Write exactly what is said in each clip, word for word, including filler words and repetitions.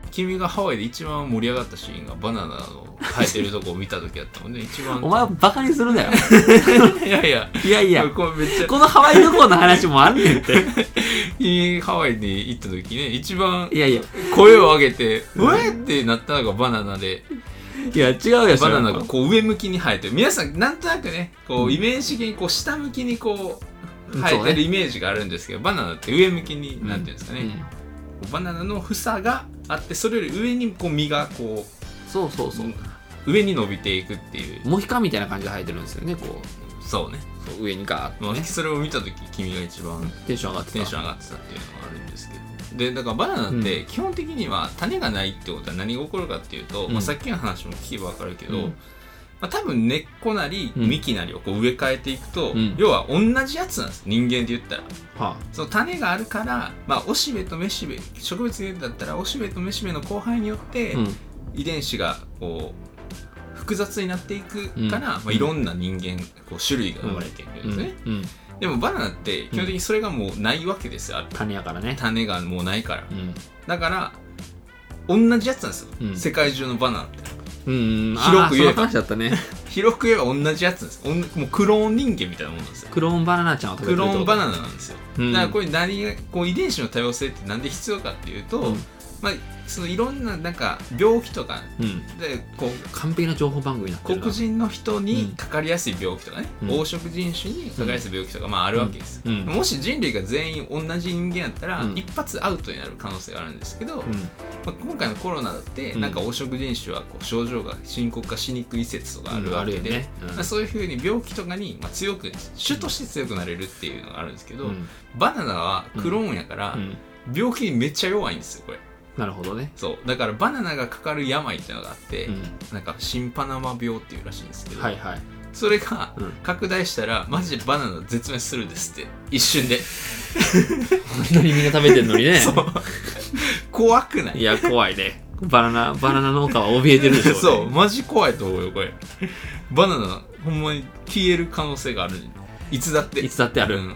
君がハワイで一番盛り上がったシーンがバナナの生えてるとこを見た時だったもんね一番お前はバカにするなよいやいやいやいやこれめっちゃこのハワイ旅行の話もあんねんって君ハワイに行った時ね一番いやいや声を上げてうえってなったのがバナナでいや違うよバナナがこう上向きに生えてる皆さんなんとなくねこうイメージ的にこう下向きにこう生えてるイメージがあるんですけど、バナナって上向きになんていうんですかね、うん、バナナの房があってそれより上にこう実がこうそうそうそう上に伸びていくっていうモヒカンみたいな感じで生えてるんですよねこうそうねそう上にガーッと、ね、 それを見た時君が一番テンション上がってたテンション上がってたっていうのがあるんですけどでだからバナナって基本的には種がないってことは何が起こるかっていうと、うんまあ、さっきの話も聞けば分かるけど、うんまあ、多分根っこなり幹なりをこう植え替えていくと、うん、要は同じやつなんです人間で言ったら、はあ、その種があるから、まあ、おしべとめしべ植物で言うんだったらおしべとめしべの交配によって、うん、遺伝子がこう複雑になっていくから、うんまあ、いろんな人間こう種類が生まれていくんですね、うんうんうんでもバナナって基本的にそれがもうないわけですよ、うん、 種やからね種がもうないから、うん、だから同じやつなんですよ、うん、世界中のバナナってうん広く言えば、 ね、 広く言えば同じやつなんですもうクローン人間みたいなもんなんですよクローンバナナちゃんを食べてるクローンバナナなんですよ、うん、だからこれ何がこう遺伝子の多様性ってなんで必要かっていうと、うんまあ、そのいろんななんか病気とかでこう、うん、 完璧な情報番組になってるな黒人の人にかかりやすい病気とかね、うん、黄色人種にかかりやすい病気とか、まあ、あるわけです、うん、もし人類が全員同じ人間やったら、うん、一発アウトになる可能性があるんですけど、うんまあ、今回のコロナだってなんか黄色人種はこう症状が深刻化しにくい説とかあるわけで、うんねうんまあ、そういうふうに病気とかにまあ強く種として強くなれるっていうのがあるんですけど、うん、バナナはクローンやから、病気にめっちゃ弱いんですよこれなるほどねそうだからバナナがかかる病っていうのがあって、うん、なんか新パナマ病っていうらしいんですけど、 はいはい、 それが拡大したら、うん、マジでバナナ絶滅するんですって一瞬で本当にみんな食べてんのにねそう怖くないいや怖いねバナナバナナ農家は怯えてるでしょう、ね、 そうマジ怖いと思うよこれバナナほんまに消える可能性があるいつだっていつだってある、うん、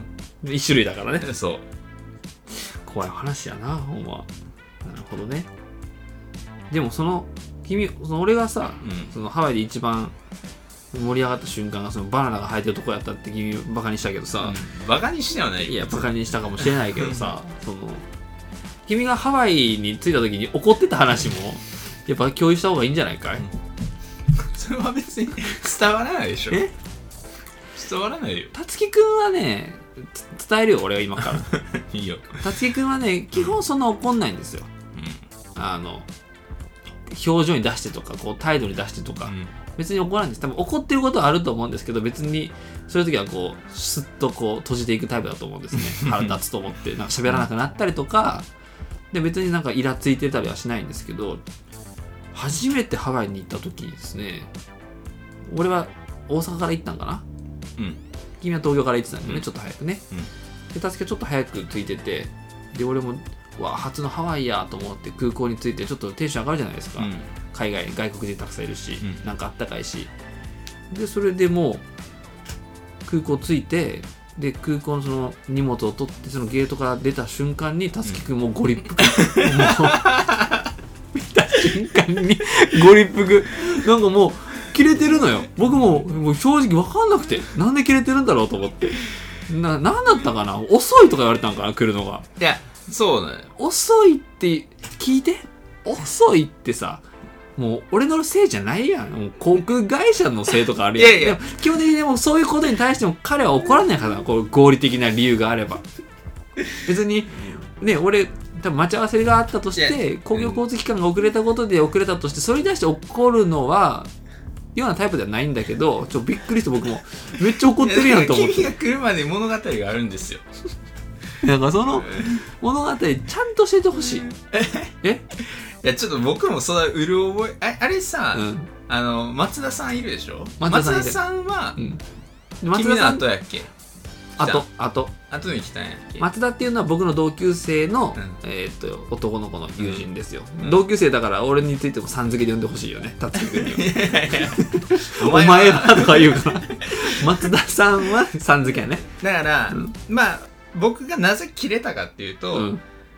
一種類だからねそう怖い話やなほんまなるほどね。でもその君その俺がさ、うん、そのハワイで一番盛り上がった瞬間がそのバナナが生えてるとこやったって君バカにしたけどさ、 うん、バカにしてはないいやバカにしたかもしれないけどさその君がハワイに着いた時に怒ってた話もやっぱ共有した方がいいんじゃないかい、うん、 それは別に伝わらないでしょえ伝わらないよたつきくんはね伝えるよ俺は今からいいよたつきくんはね基本そんな怒んないんですよ、うん、あの表情に出してとかこう態度に出してとか、うん、別に怒らないんです多分怒ってることはあると思うんですけど別にそういう時はこうスッとこう閉じていくタイプだと思うんですね腹立つと思ってなんか喋らなくなったりとかで別になんかイラついてたりはしないんですけど初めてハワイに行った時にですね俺は大阪から行ったんかなうん君は東京から行ってたんだよね、うん、ちょっと早くね、うん、でたつきはちょっと早く着いててで俺もわ初のハワイやと思って空港に着いてちょっとテンション上がるじゃないですか、うん、海外外国人たくさんいるし、うん、なんかあったかいしでそれでもう空港着いてで空港のその荷物を取ってそのゲートから出た瞬間にたつきくんもご立腹、うん、もう見た瞬間にご立腹なんかもう切れてるのよ僕 も, もう正直分かんなくてなんで切れてるんだろうと思ってな何だったかな遅いとか言われたんかな来るのがいやそうだよ遅いって聞いて遅いってさもう俺のせいじゃないやんもう航空会社のせいとかあるやんいやいやでも基本的にでもそういうことに対しても彼は怒らないからこう合理的な理由があれば別にね俺多分待ち合わせがあったとして公共交通機関が遅れたことで遅れたとしてそれに対して怒るのはようなタイプではないんだけどちょっとびっくりして僕もめっちゃ怒ってるやんと思って君が来るまで物語があるんですよなんかその物語ちゃんとしててほしいえいやちょっと僕もそのうる覚え あ, あれさ、うん、あの松田さんいるでしょ松田さん、松田さんは、うん、君の後やっけあとあと後に来たんやっけ松田っていうのは僕の同級生の、うんえー、っと男の子の友人ですよ、うん、同級生だから俺についてもさん付けで呼んでほしいよね達樹君にはお前はとか言うから松田さんはさん付けやねだから、うん、まあ僕がなぜ切れたかっていうと、うん、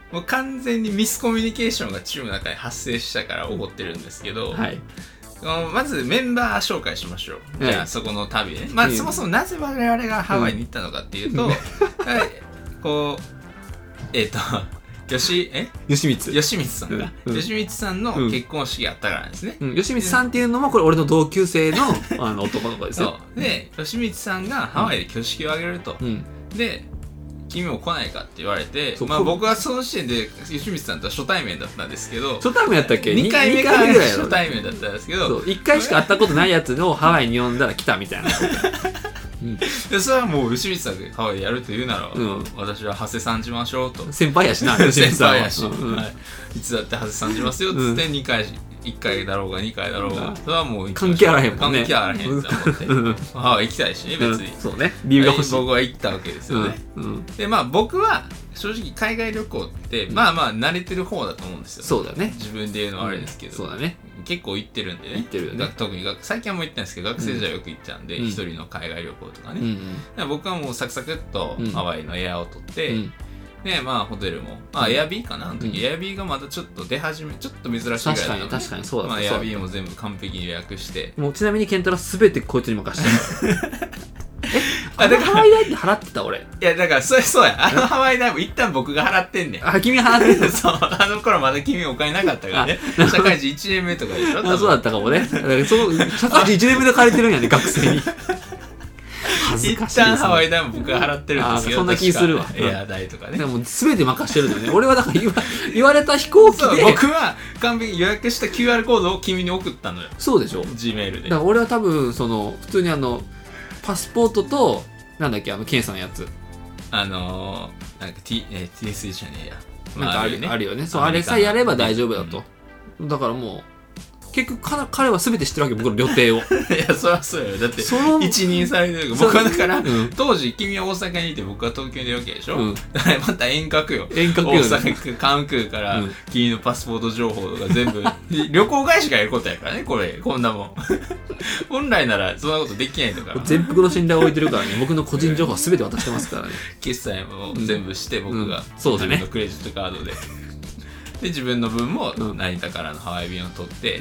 もう完全にミスコミュニケーションがチームの中で発生したから起こってるんですけど、 はい、 まずメンバー紹介しましょう、はい、じゃあそこの旅ね、まあ、 うん、 そもそもなぜ我々がハワイに行ったのかっていうと、うん、こうえっ、ー、と吉え吉光吉光さんが、うん、吉光さんの結婚式があったからなんですね、 うん、吉光さんっていうのもこれ俺の同級生のあの男の子ですよ。 そうで吉光さんがハワイで挙式を挙げると、うん、で君も来ないかって言われて、まあ、僕はその時点で吉光さんとは初対面だったんですけど、 初対面やったっけ？ にかいめから初対面だったんですけど、 いっかいしか会ったことないやつをハワイに呼んだら来たみたいなうん、でそれはもう吉光さんがハワイでやるというなら、うん、私は長谷さんじましょうと、 先輩やしな先輩やし、うんはい、いつだって長谷さんじますよっつってにかいいっかいだろうがにかいだろうが、うん、それはもう関係あらへんもんね、 関係あらへんと思って、うん、ハワイ行きたいしね別に、 うん、そうね理由が欲しい、 僕は行ったわけですよね、うんうん、でまあ僕は正直海外旅行って、うん、まあまあ慣れてる方だと思うんですよ。 そうだね、 自分で言うのはあれですけど、うん、 そうだね、 結構行ってるんでね、 行ってるよね、 特に最近はもう行ってないんですけど学生時代よく行っちゃうんで、一、うん、人の海外旅行とかね、うんうん、僕はもうサクサクっとハワイのエアを取って、うんでまあホテルも、まあ、エアビーかな、あの時、うん、エアビーがまたちょっと出始めちょっと珍しいぐらいだったので、 確かに確かにそうだった、 まあ、エアビーも全部完璧に予約して、 もうちなみにケンタロス全てこいつに任してるえあれハワイ代って払ってた俺。 いやだからそれそうや、あのハワイ代も一旦僕が払ってんねん。 あ君払ってんのそうあの頃まだ君お金なかったからね社会人いちねんめとかでしょあそうだったかもねその社会人いちねんめで借りてるんやね学生に恥ずかしいですね、 一旦ハワイ代も僕が払ってるんですけど、 そんな気するわ、 エア代とかね、 でも全て任してるのよね俺はだから言わ言われた飛行機で僕は完璧に予約した キューアール コードを君に送ったのよ。 そうでしょ G メールで。 だから俺は多分その普通にあのパスポートとなんだっけあの検査のやつあのー、なんか T、えー、ティーエス じゃねえや、 まあ、なんかある、ね、あるよね。そうあれさえやれば大丈夫だと、うん、だからもう結局彼は全て知ってるわけ僕の旅程をいやそりゃそうよだって一任されてる僕はだから、うん、当時君は大阪にいて僕は東京にいるわけでしょ、うん、だからまた遠隔よ遠隔よ、ね、 大阪関空から、うん、君のパスポート情報とか全部旅行会社がやることやからねこれこんなもん本来ならそんなことできないんだから全幅の信頼を置いてるからね僕の個人情報は全て渡してますからね決済も全部して僕が、 うん、そうだね、 自分のクレジットカードでで自分の分も成田からのハワイ便を取って、うん、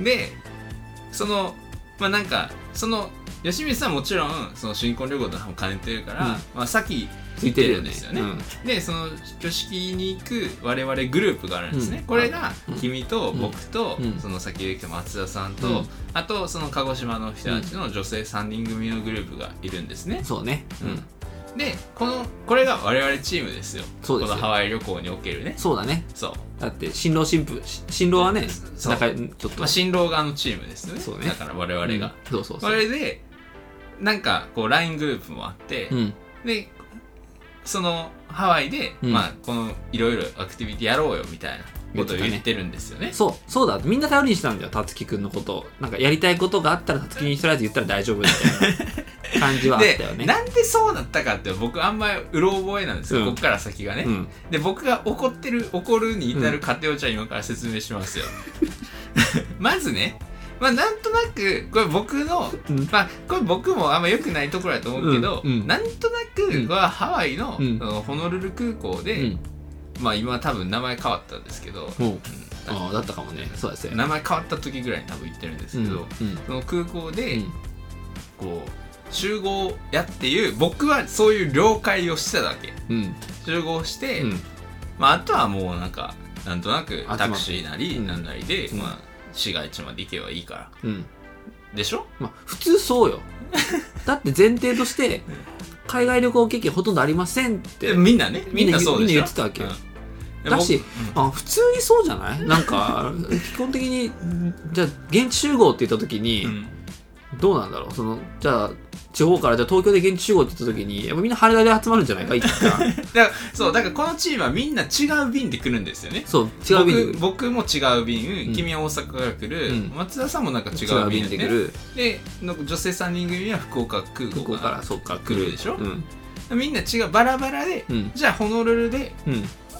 でそのまあなんかその吉光さんはもちろんその新婚旅行とかも兼ねてるから、うんまあ、先行ってるんですよね、うん、でその挙式に行く我々グループがあるんですね、うん、これが君と僕と、うん、その先で来た松田さんと、うん、あとその鹿児島の人たちの女性さんにん組のグループがいるんですね。 そうね、 うんでこのこれが我々チームですよ。そうですよ、このハワイ旅行におけるね。 そうだね。 そうだって新郎新婦新郎はねなんかちょっと、まあ、新郎側のチームですね。 そうね、 だから我々が、うん、 そうそうそう、 それでなんかこう ライン グループもあって、うん、でそのハワイで、うん、まあこのいろいろアクティビティやろうよみたいなことを言ってるんですよね。 そうそうだみんな頼りにしたんだよたつきくんのことを。なんかやりたいことがあったらたつきにとりあえず言ったら大丈夫みたいな感じはあったよね。 でなんでそうなったかって僕あんまりうろ覚えなんですよ、うん、こっから先がね、うん、で僕が怒ってる怒るに至る過程をじゃあ今から説明しますよ、うん、まずねまあなんとなくこれ僕の、うん、まあこれ僕もあんま良くないところだと思うけど、うんうん、なんとなくはハワイの、うん、のホノルル空港で、うん、まあ今多分名前変わったんですけど、うん、 ああだったかもね。そうですよ、 名前変わった時ぐらいに多分言ってるんですけど、うんうん、その空港で、うん、こう集合やっていう僕はそういう了解をしてただけ、うん、集合して、うんまあ、あとはもうなんかなんとなくタクシーなりなんなりで、うんまあ、市街地まで行けばいいから、うん、でしょ、 まあ、普通そうよだって前提として海外旅行経験ほとんどありませんってみんなねみんなそうでしょ、みんな言ってたわけよ、うん、だし、うん、あ普通にそうじゃないなんか基本的にじゃあ現地集合って言った時に、うん、どうなんだろうそのじゃあ地方からじゃあ東京で現地集合って言った時にやっぱみんな羽田で集まるんじゃないか一旦だからそうだからこのチームはみんな違う便で来るんですよね。 そう違う便僕、僕も違う便、うん、君は大阪から来る、うん、松田さんもなんか違う便で来るでの女性さんにん組は福岡空港からそうか来るでしょ、うん、みんな違うバラバラで、うん、じゃあホノルルで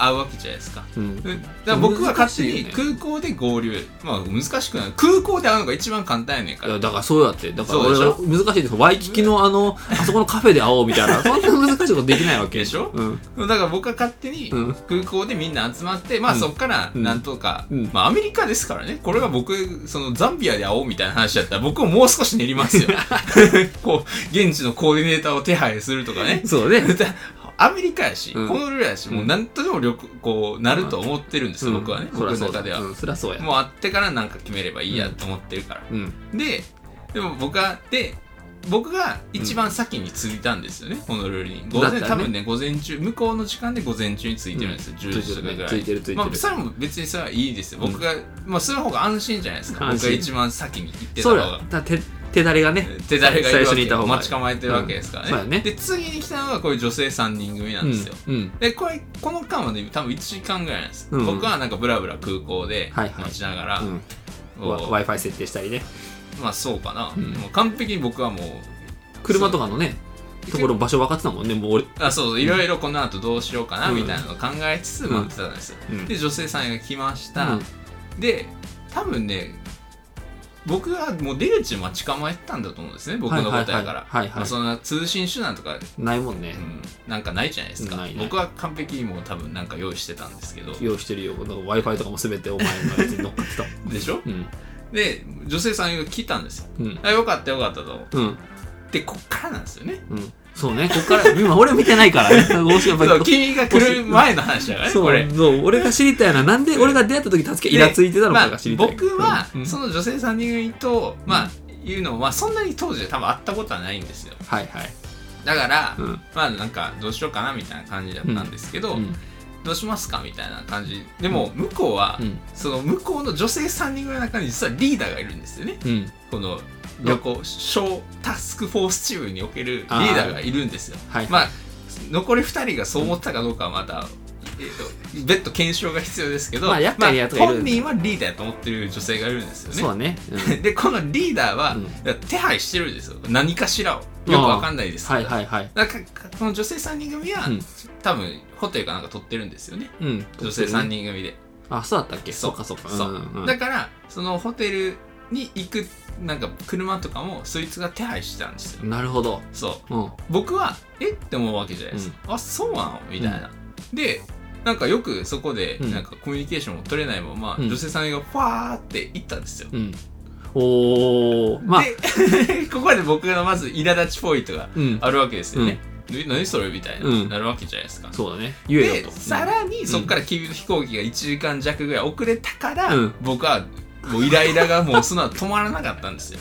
会うわけじゃないですか、 うん、 だから僕は勝手に空港で合流、まあ難しくない空港で会うのが一番簡単やねんから。 いやだからそうやってだから俺は難しいです。ワイキキのあのあそこのカフェで会おうみたいなそんな難しいことできないわけでしょ、 うん、 だから僕は勝手に空港でみんな集まって、うん、まあそっからなんとか、うん、まあアメリカですからね、これが僕そのザンビアで会おうみたいな話だったら僕ももう少し練りますよこう現地のコーディネーターを手配するとかね。 そうねアメリカやし、 うん、 ホノルルやし、もう何とでも旅こうなると思ってるんですよ、うん、僕はね、僕の中では、 うん、そりゃそうや。 もう会ってからなんか決めればいいやと思ってるから、うん、で、でも僕はで僕が一番先に着いたんですよね、うん、ホノルルに。午前、ね、多分ね午前中向こうの時間で午前中に着いてるんですよ、うん、じゅうじとかぐらい。 ついてるついてる。 まあそれも別にそれはいいですよ。僕が、うん、まあその方が安心じゃないですか。僕が一番先に行ってた方が。 そうだ。手手だれがね、 手だれがいるわけ、 最初にいた方が待ち構えてるわけですからね。うん、そうやね。で次に来たのがこういう女性さんにん組なんですよ。うんうん、でこれこの間はね多分いちじかんぐらいなんです。うん、僕はなんかブラブラ空港で待ちながら、はいはい、うん、 Wi-Fi 設定したりね。 まあそうかな。うん、もう完璧に僕はもう車とかのねところ場所分かってたもんね。もう俺あそういろいろこの後どうしようかなみたいなのを考えつつ待ってたんですよ。うん、で女性さんが来ました。うん、で多分ね。僕はもう出口待ち構えてたんだと思うんですね、僕のことやから。まあそんな通信手段とかないもんね、 うん、なんかないじゃないですか。僕は完璧にもう多分なんか用意してたんですけど。 用意してるよ。なんか Wi-Fi とかも全てお前のやつに乗っかってたでしょ、うん、で女性さんが来たんですよ、うん、あよかったよかったと、うん、でこっからなんですよね、うん、 そうね、こっから今俺見てないからねそう君が来る前の話だからね。 そうこれそう俺が知りたいのはなんで俺が出会った時助けイラついてたのかが知りたい、 まあ、僕は、うん、その女性さんにん組と、まあいうのはそんなに当時は多分会ったことはないんですよ。 はいはい。 だから、うん、まあなんかどうしようかなみたいな感じだったんですけど、うん、どうしますかみたいな感じでも向こうは、うん、その向こうの女性さんにん組の中に実はリーダーがいるんですよね、うん、この旅行小タスクフォースチームにおけるリーダーがいるんですよ。はい、まあ残りふたりがそう思ったかどうかはまた、えー、と別途検証が必要ですけど、まあやっぱりやつがいる、まあ、本人はリーダーだと思ってる女性がいるんですよね。 そうね、 うん、でこのリーダーは、うん、手配してるんですよ、何かしらを。よくわかんないですけど、はいはいはい、だからこの女性さんにん組は、うん、多分ホテルかなんか取ってるんですよね、うん、女性さんにん組で。 あ、そうだったっけ。 そうかそうか。 そう、うんうん、だからそのホテルに行くなんか車とかもそいつが手配してたんですよ。 なるほど。 そう、うん、僕はえって思うわけじゃないですか、うん、あそうなのみたいな、うん、でなんかよくそこでなんかコミュニケーションも取れないまま、うん、女性さんがファーって行ったんですよ、うん、おー、まあ、でここで僕のまず苛立ちポイントがあるわけですよね、うん、何それみたいな、うん、なるわけじゃないですか。 そうだね、言えよと。 でさらにそこから君の飛行機がいちじかん弱ぐらい遅れたから、うん、僕はもうイライラがもうその後止まらなかったんですよ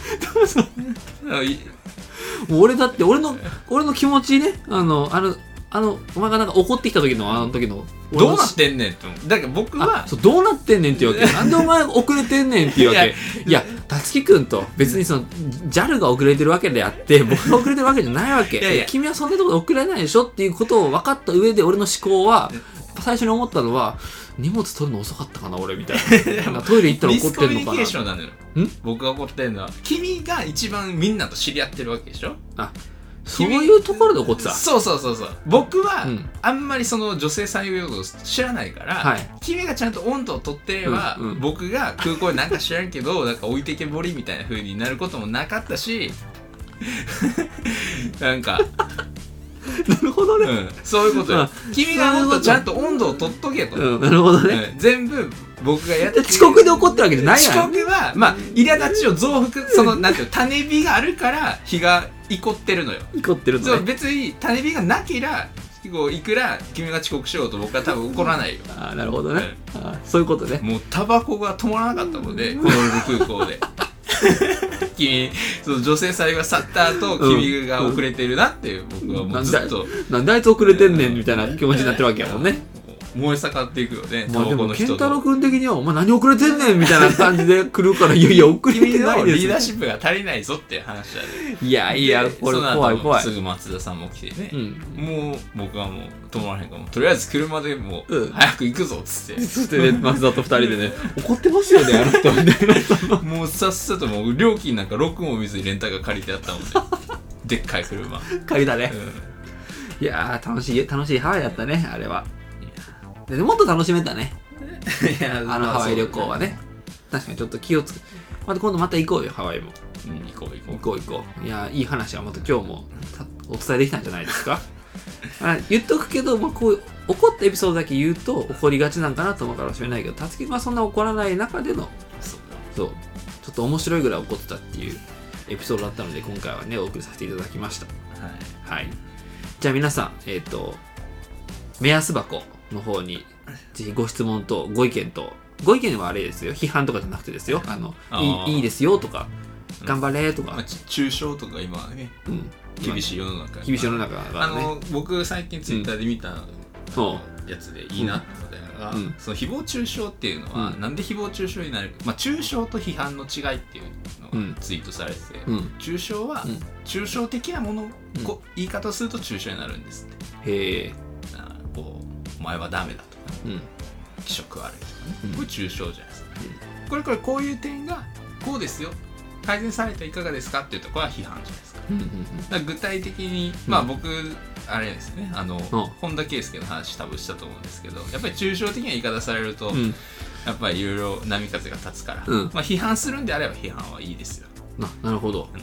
もう俺だって俺の俺の気持ちね、あのあのあのお前がなんか怒ってきた時のあの時のどうなってんねんってだから僕はそうどうなってんねんっていうわけなんでお前遅れてんねんっていうわけいや辰木くんと別にその ジャル が遅れてるわけであって僕が遅れてるわけじゃないわけ。いやいや君はそんなところで遅れないでしょっていうことを分かった上で俺の思考は最初に思ったのは荷物取るの遅かったかな俺みたいななんかトイレ行ったら怒ってんのかな。ミスコミュニケーションなのよ。ん僕が怒ってんのは君が一番みんなと知り合ってるわけでしょ。あそういうところで怒ってた。そうそうそうそう。僕は、うん、あんまりその女性採用を知らないから、はい、君がちゃんと温度を取ってれば、うんうん、僕が空港でなんか知らんけどなんか置いてけぼりみたいな風になることもなかったしなんかなるほどね、うん、そういうことよ。君がもっとちゃんと温度を取っとけと、うん、なるほどね、うん、全部僕がやって遅刻で怒ってるわけじゃないやん。遅刻はまあ苛立ちを増幅そのなんていう種火があるから火が怒ってるのよ。怒ってるのね。そう別に種火がなけりゃいくら君が遅刻しようと僕は多分怒らないよ。ああなるほどね、うん、あそういうことね。もうタバコが止まらなかったのでホノルル空港で君その女性採用が去った後君が遅れてるなっていう、うん、僕はもうずっとなんであいつ遅れてんねんみたいな気持ちになってるわけやもんね。燃え盛っていくよね。まあでも健太郎君的にはお前何遅れてんねんみたいな感じで来るからいやいや遅れてないです、ね、君のリーダーシップが足りないぞっていう話だね。いやいやこれ怖い怖い。すぐ松田さんも来てね、うん、もう僕はもう止まらへんからとりあえず車でもう、うん、早く行くぞっつってそしてね松田とふたりでね怒ってますよねあの人みたいなもうさっさともう料金なんかろくも見ずにレンタカー借りてやったもんねでっかい車借りたね、うん、いやー楽しい楽しいハワイだったねあれは。 でもっと楽しめたねいやあのハワイ旅行はね。確かにちょっと気をつけまた今度また行こうよハワイも。 うん、行こう行こう行こう行こう。いやいい話はまた今日もお伝えできたんじゃないですかあ言っとくけど、まあ、こう怒ったエピソードだけ言うと怒りがちなんかなと思うかもしれないけど、たつきはそんな怒らない中でのそうそうちょっと面白いぐらい怒ってたっていうエピソードだったので今回はねお送りさせていただきました。はい、はい、じゃあ皆さんえっ、ー、と目安箱の方にぜひご質問とご意見とご意見はあれですよ、批判とかじゃなくてですよ、あのいいいいですよとか、うん、頑張れとか、まあ、 中傷とか今ね、うん、厳しい世の中厳しい世の中が、ね、 あの僕最近ツイッターで見た、うん、やつでいいなって思ったのが、うん、その誹謗中傷っていうのは、うん、なんで誹謗中傷になる、まあ、中傷と批判の違いっていうのがツイートされてて、うん、中傷は、うん、抽象的なもの、うん、言い方をすると中傷になるんですって。へえ。こうお前はダメだとか、うん、気色悪いとかね、うん、これ中傷じゃないですか、うん、これこれこういう点がこうですよ、改善されたらいかがですかっていうところは批判じゃないですか。うんうんうん、だから具体的に、まあ僕、うん、あれですね、あの、うん、本田圭佑の話多分したと思うんですけど、やっぱり抽象的な言い方されると、うん、やっぱりいろいろ波風が立つから、うん、まあ批判するんであれば批判はいいですよ。 な, なるほど、うん、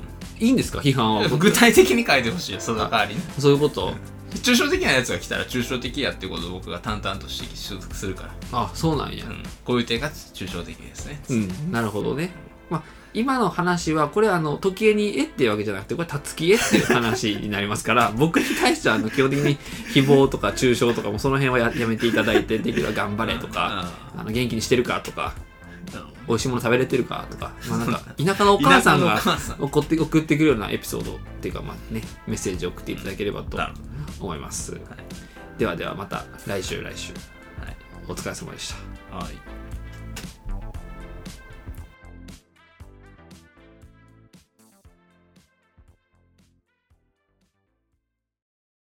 いいんですか批判は。 具体的に書いてほしいよ、その代わりに。 そういうこと、うん、 抽象的なやつが来たら抽象的やっていうことを僕が淡々と指摘するから。 あ、そうなんや、うん、 こういう点が抽象的ですね。 うん、なるほどね。まあ今の話はこれはあの時計にえっていうわけじゃなくて、これたつきえっていう話になりますから僕に対してはあの基本的に誹謗とか中傷とかもその辺は や, やめていただいて、できれば頑張れとか、あの元気にしてるかとか、美味しいもの食べれてるかとか、まあ、なんか田舎のお母さんが送って送ってくるようなエピソードっていうか、まあね、メッセージを送っていただければと思います。はい、ではではまた来週来週、はい、お疲れ様でした。はい。